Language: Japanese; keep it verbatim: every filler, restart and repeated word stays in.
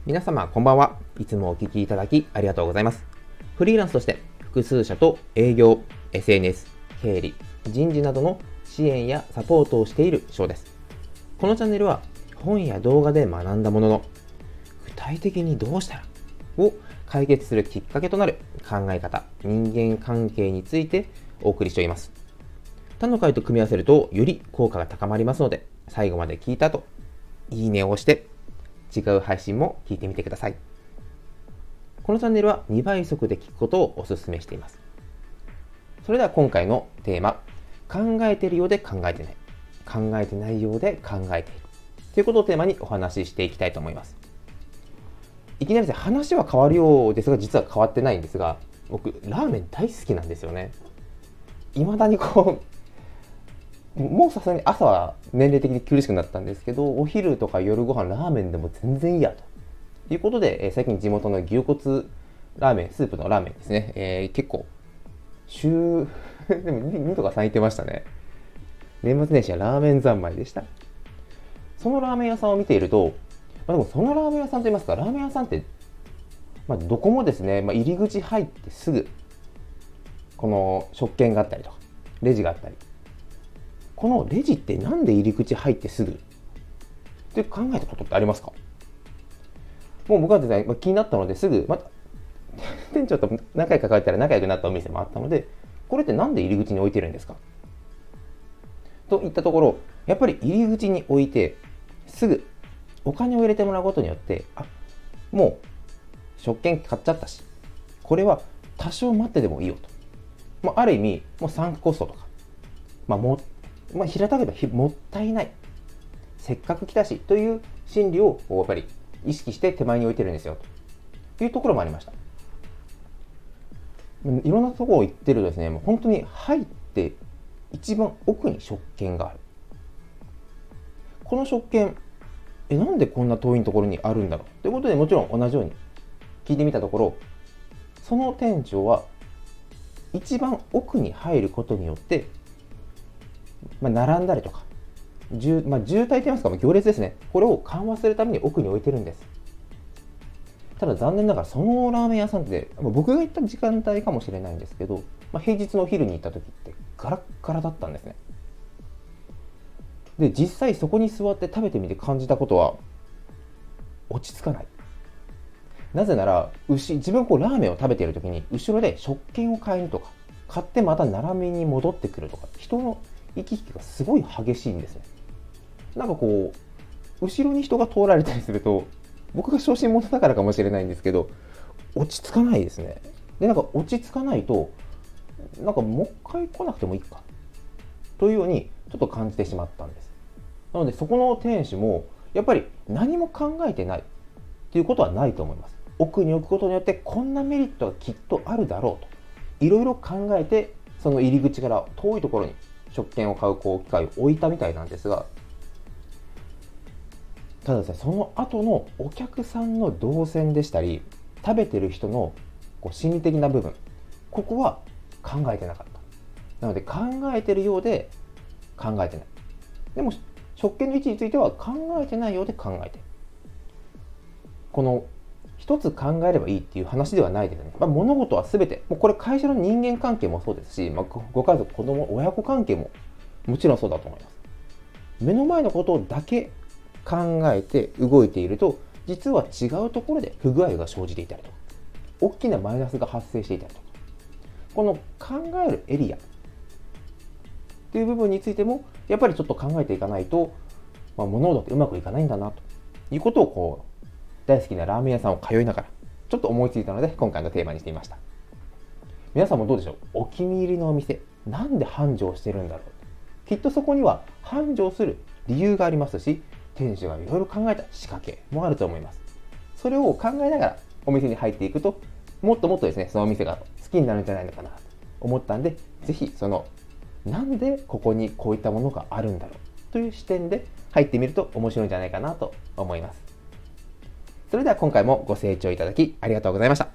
皆様こんばんは。いつもお聞きいただきありがとうございます。フリーランスとして複数社と営業、エスエヌエス、経理、人事などの支援やサポートをしている翔です。このチャンネルは本や動画で学んだものの具体的にどうしたらを解決するきっかけとなる考え方、人間関係についてお送りしております。他の回と組み合わせるとより効果が高まりますので、最後まで聞いた後、いいねを押して違う配信も聞いてみてください。このチャンネルはにばい速で聞くことをお勧めしています。それでは今回のテーマ、考えているようで考えてない、考えてないようで考えているということをテーマにお話ししていきたいと思います。いきなりですね、話は変わるようですが、実は変わってないんですが、僕ラーメン大好きなんですよね。未だにこうもうさすがに朝は年齢的に苦しくなったんですけど、お昼とか夜ご飯ラーメンでも全然いいやということで、えー、最近地元の牛骨ラーメン、スープのラーメンですね、えー、結構週でもにとかさん行ってましたね。年末年始はラーメン三昧でした。そのラーメン屋さんを見ていると、まあ、でもそのラーメン屋さんといいますか、ラーメン屋さんって、まあ、どこもですね、まあ、入り口入ってすぐこの食券があったりとかレジがあったり、このレジってなんで入り口入ってすぐって考えたことってありますか？もう僕はですね、まあ、気になったのですぐ、また店長と仲良く関わったら仲良くなったお店もあったので、これってなんで入り口に置いてるんですかといったところ、やっぱり入り口に置いてすぐお金を入れてもらうことによって、あ、もう食券買っちゃったし、これは多少待ってでもいいよと、まあ、ある意味もうサンクコストとか、まあ、もまあ、平たく言えばもったいない、せっかく来たしという心理をやっぱり意識して手前に置いてるんですよというところもありました。いろんなところを行ってるとですね、もう本当に入って一番奥に食券がある。この食券、えなんでこんな遠いところにあるんだろうということで、もちろん同じように聞いてみたところ、その店長は一番奥に入ることによって、まあ、並んだりとか、まあ、渋滞といいますか、まあ、行列ですね、これを緩和するために奥に置いてるんです。ただ残念ながらそのラーメン屋さんって、僕が行った時間帯かもしれないんですけど、まあ、平日のお昼に行った時ってガラッガラだったんですね。で、実際そこに座って食べてみて感じたことは、落ち着かない。なぜなら、牛自分こうラーメンを食べている時に後ろで食券を買いにとか、買ってまた並びに戻ってくるとか、人の行き来がすごい激しいんですね。なんかこう後ろに人が通られたりすると、僕が小心者だからかもしれないんですけど、落ち着かないですね。で、なんか落ち着かないと、なんかもう一回来なくてもいいかというようにちょっと感じてしまったんです。なのでそこの店主もやっぱり何も考えてないということはないと思います。奥に置くことによってこんなメリットがきっとあるだろうと、いろいろ考えて、その入り口から遠いところに食券を買うこう機械を置いたみたいなんですが、ただですね、その後のお客さんの動線でしたり、食べてる人のこう心理的な部分、ここは考えてなかった。なので考えてるようで考えてない。でも食券の位置については考えてないようで考えてる。この一つ考えればいいっていう話ではないですね。まあ、物事は全て、もうこれ会社の人間関係もそうですし、まあ、ご家族、子供、親子関係ももちろんそうだと思います。目の前のことだけ考えて動いていると、実は違うところで不具合が生じていたりとか、大きなマイナスが発生していたりとか、この考えるエリアという部分についてもやっぱりちょっと考えていかないと、まあ、物事ってうまくいかないんだなということをこう大好きなラーメン屋さんを通いながらちょっと思いついたので、今回のテーマにしてみました。皆さんもどうでしょう？お気に入りのお店、なんで繁盛してるんだろう？きっとそこには繁盛する理由がありますし、店主がいろいろ考えた仕掛けもあると思います。それを考えながらお店に入っていくと、もっともっとですね、そのお店が好きになるんじゃないのかなと思ったんで、ぜひそのなんでここにこういったものがあるんだろうという視点で入ってみると面白いんじゃないかなと思います。それでは今回もご清聴いただきありがとうございました。